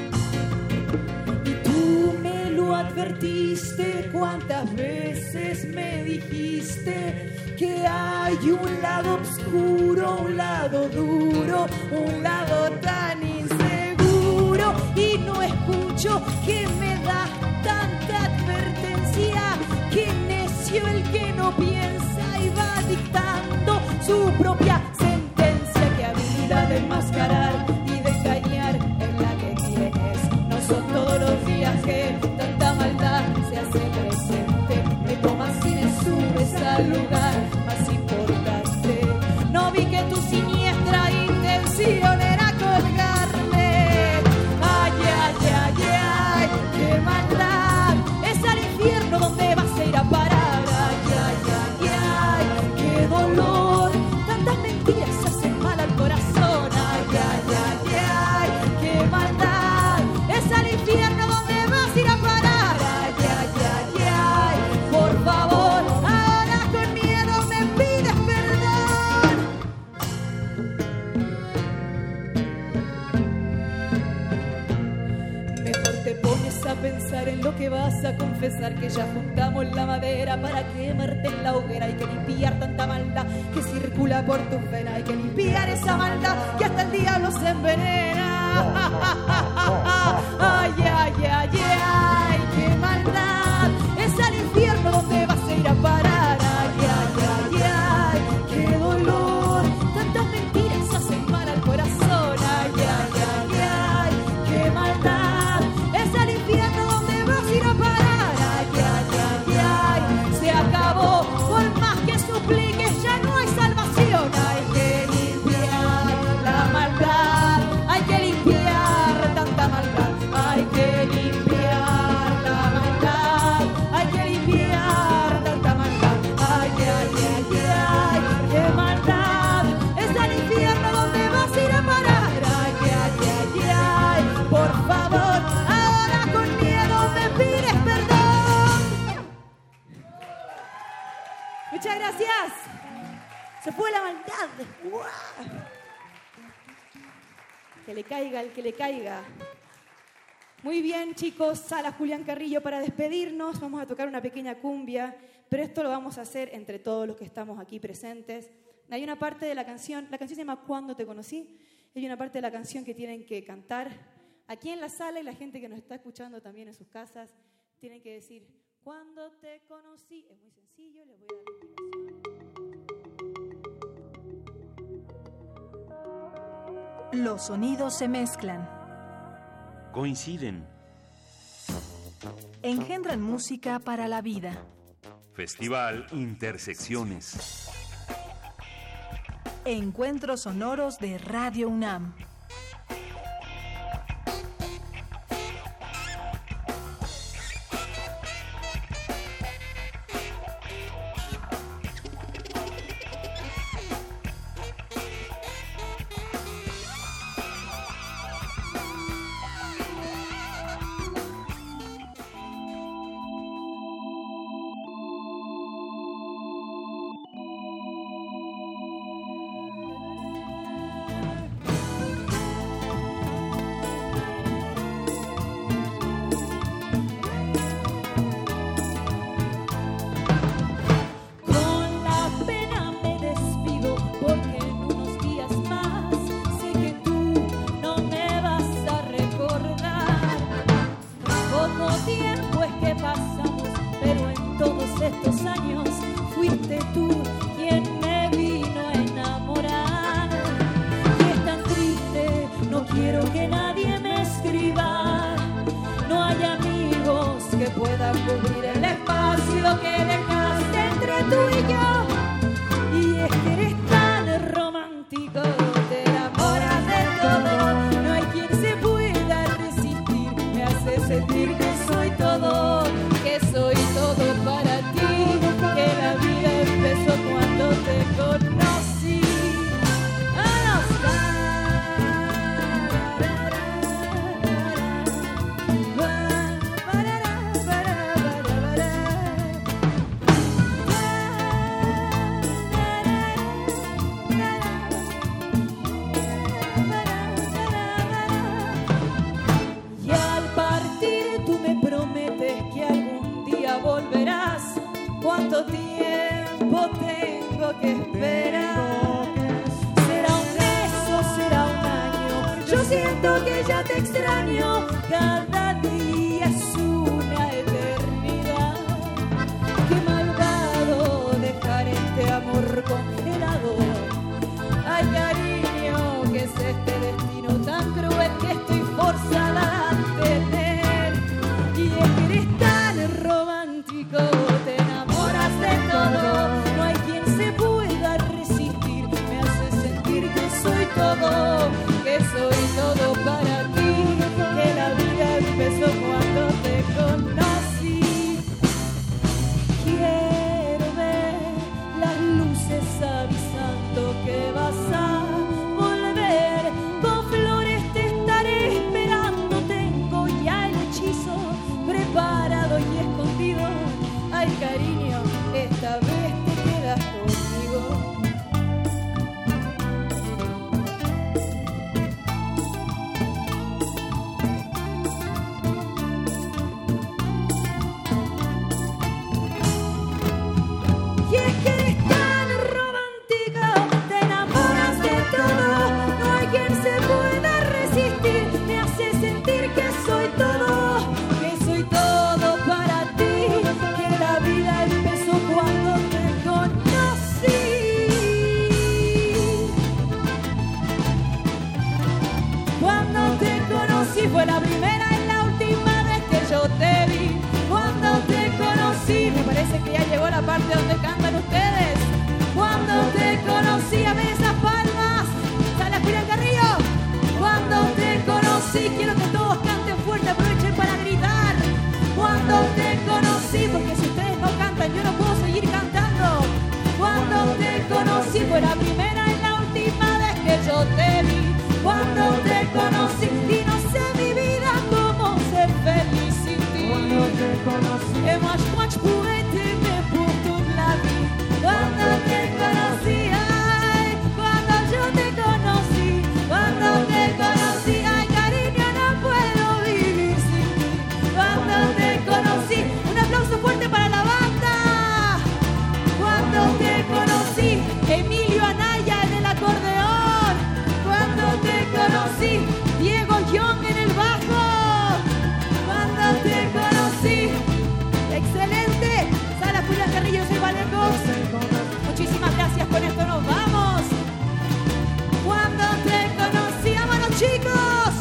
Y tú me lo advertiste, cuántas veces me dijiste que hay un lado oscuro, un lado duro, un lado tan inseguro. Y no escucho que me das tanta advertencia. Qué necio el que no piensa y va dictando su propia sentencia. Qué habilidad de enmascarar y de engañar es la que tienes. No son todos los días que tanta maldad se hace presente. Me tomas y me subes al lugar más importante. No vi que tu siniestra intención era colgarme. Ay, ay, ay, ay, qué maldad. Es al infierno donde vas a ir a parar. Ay, ay, ay, ay, qué dolor. Tantas mentiras hacen mal al corazón. Ay, ay, ay, ay, qué maldad. Es al infierno donde vas a ir a parar. Ay, ay, ay, ay, por favor, ahora con miedo me pides perdón. Mejor te pones a pensar en lo que vas a confesar, que ya juntamos la madera para quemarte en la hoguera. Hay que limpiar tanta maldad que circula por tu vena. Hay que limpiar esa maldad que hasta el diablo se envenena. Ay, ay, ay, ay, qué maldad. Es al infierno donde vas a ir a parar. Ay, ay, ay, ay, qué dolor. Tantas mentiras hacen mal al corazón. Ay, ay, ay, ay, qué maldad. Es al infierno donde vas a ir a parar. Ay, ay, ay, ay, se acabó. Por más que supliques ya no hay salvación. Hay que limpiar la maldad. Hay que limpiar tanta maldad. Hay que limpiar. maldad. ¡Uah! Que le caiga el que le caiga. Muy bien, chicos, sala Julián Carrillo. Para despedirnos vamos a tocar una pequeña cumbia, pero esto lo vamos a hacer entre todos los que estamos aquí presentes. Hay una parte de la canción, la canción se llama Cuando te conocí, hay una parte de la canción que tienen que cantar aquí en la sala y la gente que nos está escuchando también en sus casas tienen que decir Cuando te conocí. Es muy sencillo, les voy a dar la indicación. Los sonidos se mezclan, Coinciden. engendran música para la vida. Festival Intersecciones. Encuentros sonoros de Radio UNAM. Moi je pourrais t'aimer pour toute la vie. Cuando te conocí, ay, conocí, Diego Young en el bajo. Cuando te conocí, excelente. Sala Julián Carrillo, yo soy Valergos. Muchísimas gracias, con esto nos vamos. Cuando te conocí, vámonos chicos.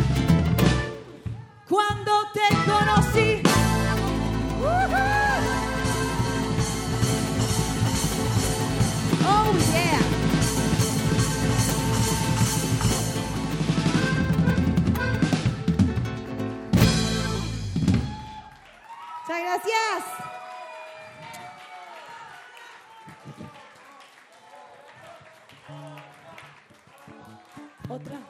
Cuando te conocí. Uh-huh. Oh yeah. Muchas gracias. Otra.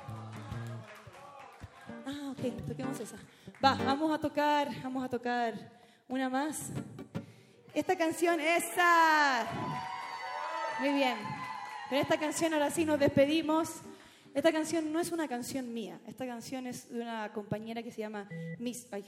Ah, ok, toquemos esa. Va, vamos a tocar, vamos a tocar una más. Esta canción, esa. Muy bien. Pero esta canción ahora sí nos despedimos. Esta canción no es una canción mía. Esta canción es de una compañera que se llama Miss. Ay.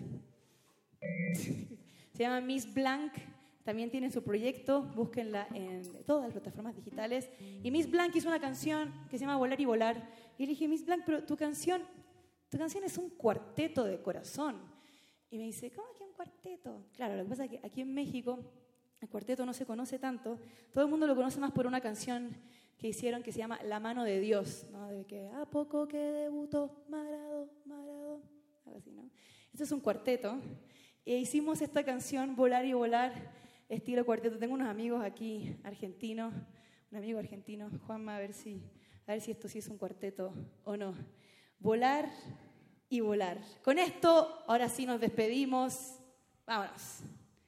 Se llama Miss Blanc. También tiene su proyecto. Búsquenla en todas las plataformas digitales. Y Miss Blanc hizo una canción que se llama Volar y Volar. Y le dije, Miss Blanc, pero tu canción, tu canción es un cuarteto de corazón. Y me dice, ¿cómo que un cuarteto? Claro, lo que pasa es que aquí en México el cuarteto no se conoce tanto. Todo el mundo lo conoce más por una canción que hicieron que se llama La mano de Dios, ¿no? De que a poco que debutó, me agradó, me agradó, algo así, ¿no? Esto es un cuarteto. E hicimos esta canción, Volar y Volar, estilo cuarteto. Tengo unos amigos aquí argentinos, un amigo argentino, Juanma, a ver si, a ver si esto sí es un cuarteto o no. Volar y volar. Con esto, ahora sí nos despedimos. Vámonos.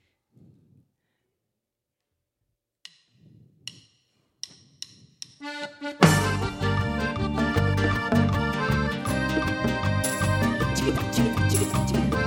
Chiquita, chiquita, chiquita, chiquita.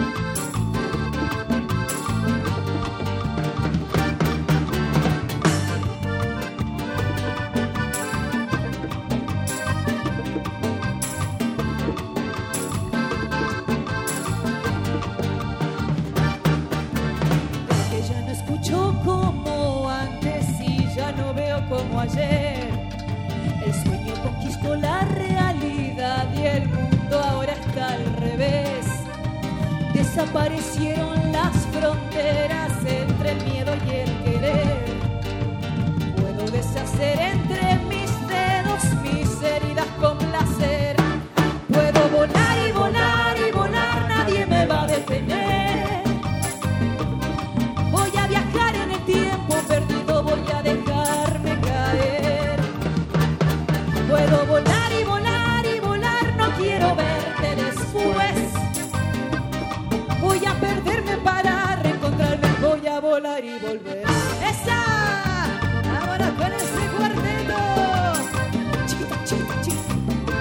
Que ya no escucho como antes y ya no veo como ayer. El sueño conquistó la realidad y el mundo ahora está al revés. Desaparecieron las fronteras entre el miedo y el querer. Puedo deshacer entre mis dedos mis heridas con placer. Puedo volar y volar y volar, nadie me va a detener. Voy a viajar en el tiempo perdido, voy a dejarme caer. Puedo volar y volar y volar, no quiero verte después. Voy a perderme para reencontrarme, voy a volar y volver. ¡Esa! ¡Ahora con ese cuarteto! Chiquita, chiquita, chiquita.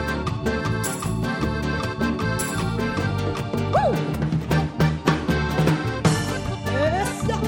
¡Uh! ¡Eso!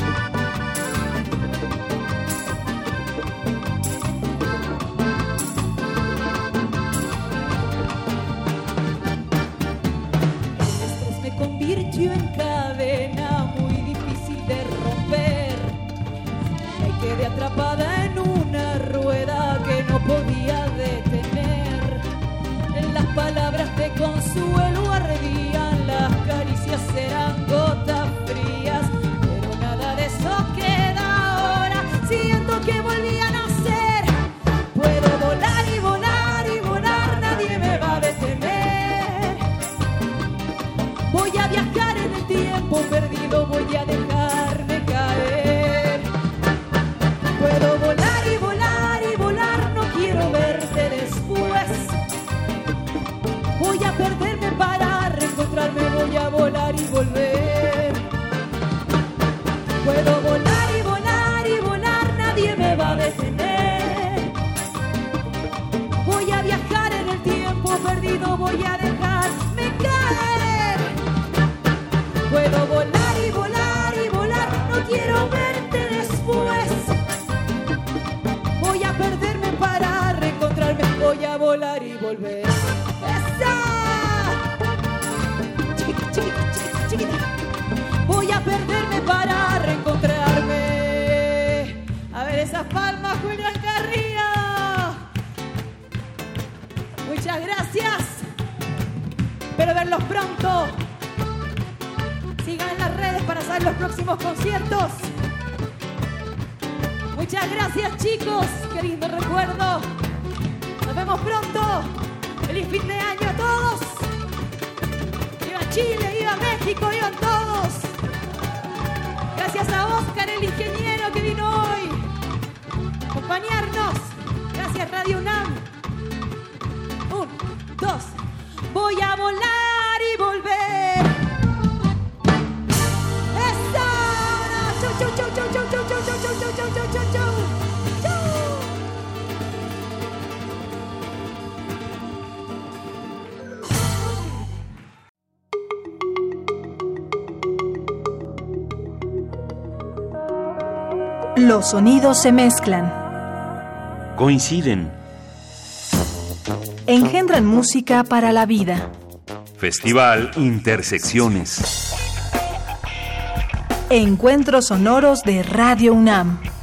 Me convirtió en cadena muy difícil de romper. Me quedé atrapada en una rueda que no podía detener. Las palabras de consuelo ardían, las caricias eran gotas frías, pero nada de eso queda ahora. Siento que volví a nacer. Puedo volar y volar y volar, nadie me va a detener. Voy a viajar en el tiempo perdido, voy a dejarme caer. Puedo volar y volar y volar, no quiero verte después. Voy a perderme para reencontrarme, voy a volar y volver. Puedo volar y volar y volar, nadie me va a detener. Voy a viajar en el tiempo perdido, voy a dejarme caer. Puedo volar y volar y volar, no quiero verte después. Voy a perderme para reencontrarme, voy a volar y volver. ¡Esa! Chiquita, chiquita, chiquita, chiquita. Voy a perderme para reencontrarme. A ver esas palmas, Julián Carrillo. Muchas gracias. Espero verlos pronto. Sigan en las redes para saber los próximos conciertos. Muchas gracias, chicos. Qué lindo recuerdo. Nos vemos pronto. Feliz fin de año a todos. Viva Chile, viva México, vivan todos. Gracias a Oscar, el ingeniero que vino hoy a acompañarnos. Gracias, Radio UNAM. Un, dos. Voy a volar y volver. ¡Eso! ¡Chau, chau, chau, chau, chau, chau, chau, chau, chau, chau, chau, chau, chau! Los sonidos se mezclan, Coinciden. engendran música para la vida. Festival Intersecciones. Encuentros sonoros de Radio UNAM.